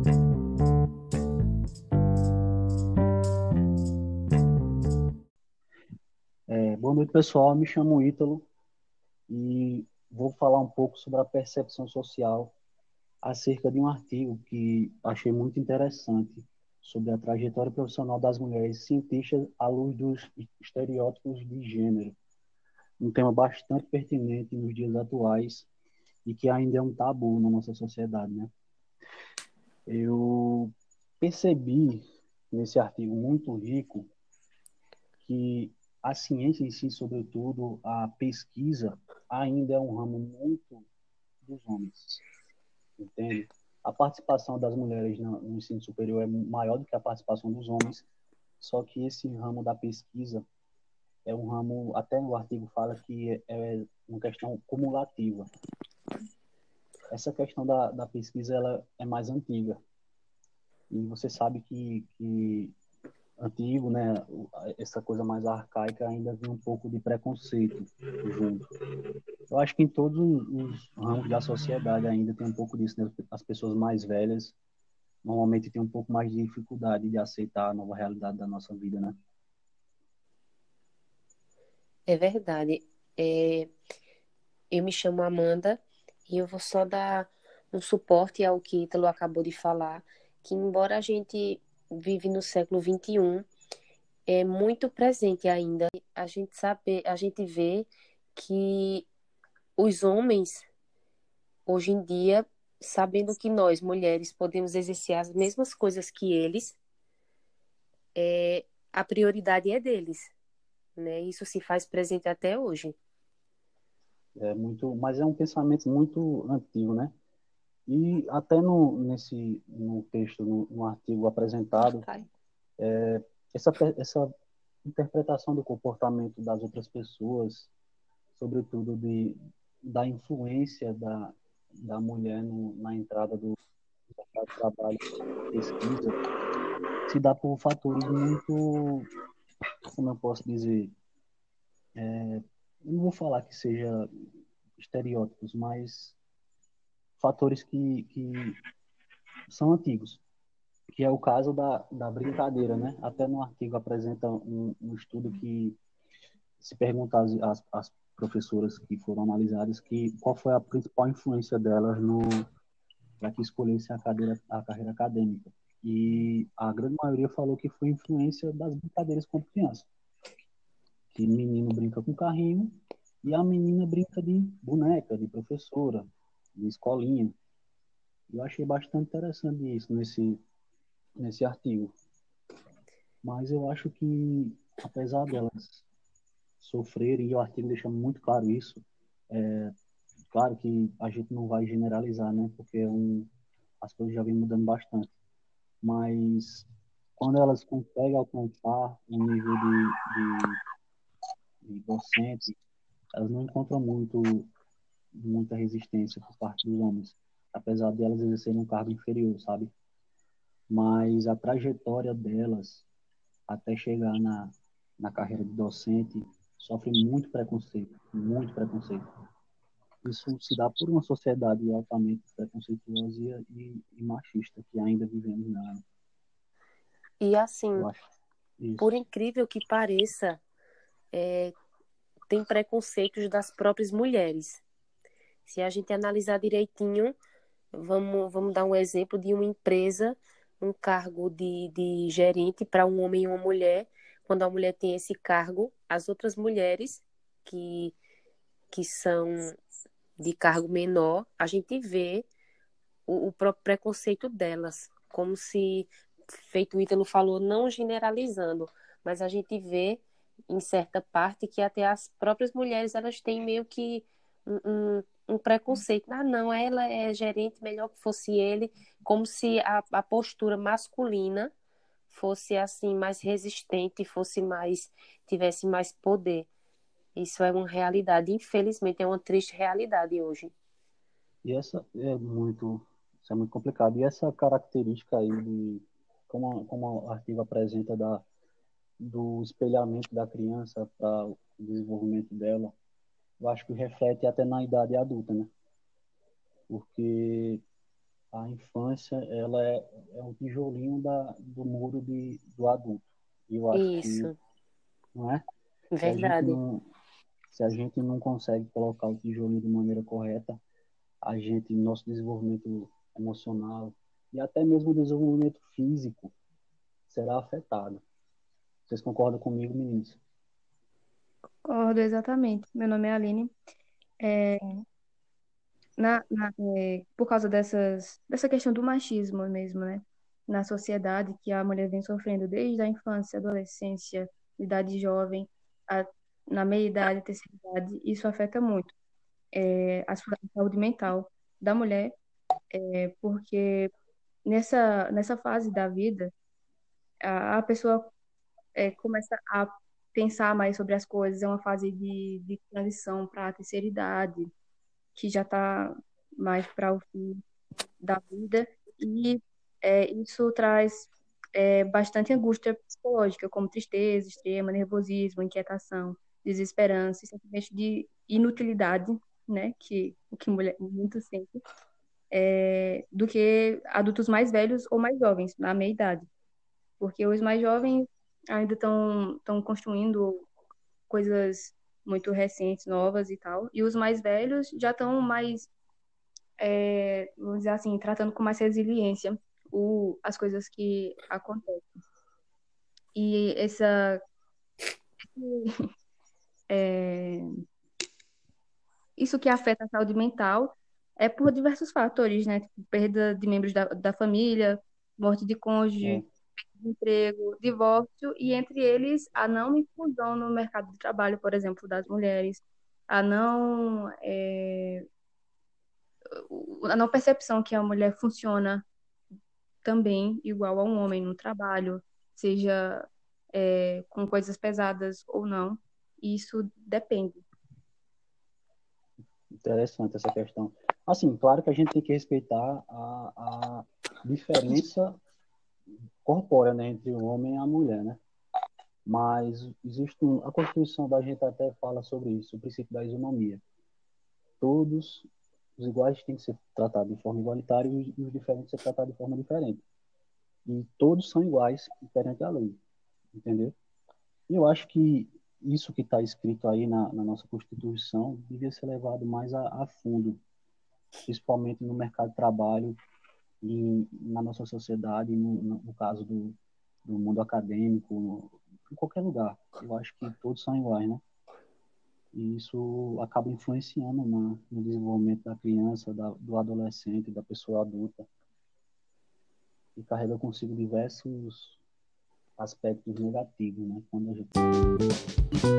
Boa noite, pessoal. Me chamo Ítalo e vou falar um pouco sobre a percepção social acerca de um artigo que achei muito interessante sobre a trajetória profissional das mulheres cientistas à luz dos estereótipos de gênero. Um tema bastante pertinente nos dias atuais e que ainda é um tabu na nossa sociedade, né? Eu percebi nesse artigo muito rico que a ciência em si, sobretudo a pesquisa, ainda é um ramo muito dos homens, entende? A participação das mulheres no ensino superior é maior do que a participação dos homens, só que esse ramo da pesquisa é um ramo, até o artigo fala que é uma questão cumulativa. Essa questão da pesquisa ela é mais antiga, e você sabe que antigo, né, essa coisa mais arcaica ainda vinha um pouco de preconceito junto. Eu acho que em todos os ramos da sociedade ainda tem um pouco disso, né? As pessoas mais velhas normalmente têm um pouco mais de dificuldade de aceitar a nova realidade da nossa vida, né? É verdade. É, eu me chamo Amanda e eu vou só dar um suporte ao que Ítalo acabou de falar, que embora a gente vive no século XXI, é muito presente ainda. A gente vê que os homens, hoje em dia, sabendo que nós, mulheres, podemos exercer as mesmas coisas que eles, a prioridade é deles, né? Isso se faz presente até hoje. Mas é um pensamento muito antigo, né? E até no texto, no artigo apresentado, essa interpretação do comportamento das outras pessoas, sobretudo da influência da mulher na entrada do mercado de trabalho, pesquisa, se dá por fatores muito, como eu posso dizer, eu não vou falar que seja estereótipos, mas fatores que são antigos, que é o caso da brincadeira, né? Até no artigo apresenta um estudo que se pergunta às professoras que foram analisadas qual foi a principal influência delas no para que escolhessem a carreira acadêmica. E a grande maioria falou que foi influência das brincadeiras com criança. Que menino brinca com carrinho e a menina brinca de boneca, de professora, de escolinha. Eu achei bastante interessante isso nesse artigo. Mas eu acho que, apesar delas sofrerem, e o artigo deixa muito claro isso, claro que a gente não vai generalizar, né? Porque as coisas já vêm mudando bastante. Mas quando elas conseguem alcançar um nível de docente, elas não encontram muita resistência por parte dos homens, apesar de elas exercerem um cargo inferior, sabe? Mas a trajetória delas até chegar na carreira de docente sofre muito preconceito, muito preconceito. Isso se dá por uma sociedade altamente preconceituosa e machista que ainda vivemos nela. E assim, Eu acho por isso. incrível que pareça, tem preconceitos das próprias mulheres. Se a gente analisar direitinho, vamos dar um exemplo de uma empresa, um cargo de gerente para um homem e uma mulher. Quando a mulher tem esse cargo, as outras mulheres que, que são de cargo menor, a gente vê o próprio preconceito delas, como se, feito o Ítalo falou, não generalizando, mas a gente vê em certa parte que até as próprias mulheres elas têm meio que um preconceito. Ah, não, ela é gerente, melhor que fosse ele, como se a postura masculina fosse assim mais resistente, fosse mais tivesse mais poder. Isso é uma realidade, infelizmente é uma triste realidade hoje. E isso é muito complicado. E essa característica aí como o artigo apresenta do espelhamento da criança para o desenvolvimento dela, eu acho que reflete até na idade adulta, né? Porque a infância, ela é um tijolinho do muro do adulto. E eu acho que, Isso, não é? Se a gente verdade. não, se a gente não consegue colocar o tijolinho de maneira correta, nosso desenvolvimento emocional e até mesmo o desenvolvimento físico será afetado. Vocês concordam comigo, meninos? Concordo exatamente. Meu nome é Aline. É, por causa dessa questão do machismo mesmo, né? Na sociedade que a mulher vem sofrendo desde a infância, adolescência, idade jovem, a, na meia-idade, terceira idade, isso afeta muito a saúde mental da mulher, porque nessa fase da vida, a pessoa começa a pensar mais sobre as coisas, é uma fase de transição para a terceira idade, que já está mais para o fim da vida, e isso traz bastante angústia psicológica, como tristeza extrema, nervosismo, inquietação, desesperança, e sentimento de inutilidade, né, que o que mulher muito sente, do que adultos mais velhos ou mais jovens, na meia idade, porque os mais jovens ainda estão construindo coisas muito recentes, novas e tal, e os mais velhos já estão mais vamos dizer assim, tratando com mais resiliência as coisas que acontecem. E é, isso que afeta a saúde mental é por diversos fatores, né? Tipo, perda de membros da família, morte de É, cônjuge, emprego, divórcio, e entre eles a não inclusão no mercado de trabalho, por exemplo, das mulheres, a não, a não percepção que a mulher funciona também igual a um homem no trabalho, seja com coisas pesadas ou não. Isso depende. interessante essa questão. Assim, claro que a gente tem que respeitar a diferença corpórea, né, entre o homem e a mulher, né? Mas a Constituição da gente até fala sobre isso, o princípio da isonomia. Todos os iguais têm que ser tratados de forma igualitária e os diferentes ser tratados de forma diferente. E todos são iguais perante a lei, entendeu? E eu acho que isso que está escrito aí na nossa Constituição devia ser levado mais a fundo, principalmente no mercado de trabalho e na nossa sociedade, no caso do mundo acadêmico, em qualquer lugar. Eu acho que todos são iguais, né? E isso acaba influenciando no desenvolvimento da criança, do adolescente, da pessoa adulta, e carrega consigo diversos aspectos negativos, né? Quando a gente